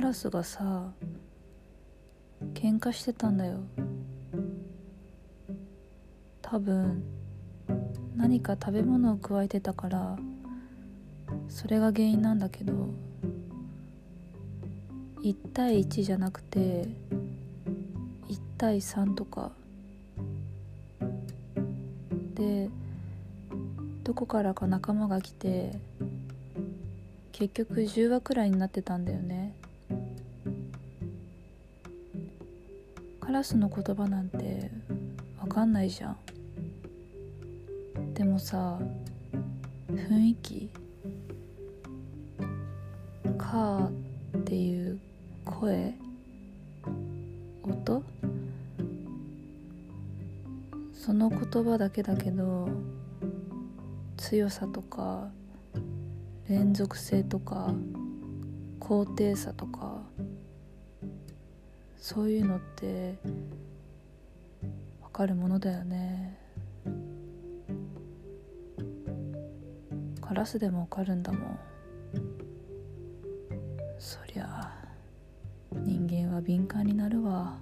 ラスがさ喧嘩してたんだよ。多分何か食べ物をくわえてたからそれが原因なんだけど、1対1じゃなくて1対3とかで、どこからか仲間が来て結局10話くらいになってたんだよね。カラスの言葉なんてわかんないじゃん。でもさ、雰囲気、カーっていう声、音、その言葉だけだけど強さとか連続性とか高低差とか、そういうのってわかるものだよね。カラスでもわかるんだもん。そりゃ人間は敏感になるわ。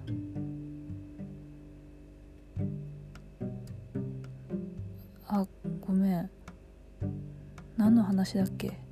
あ、ごめん。何の話だっけ？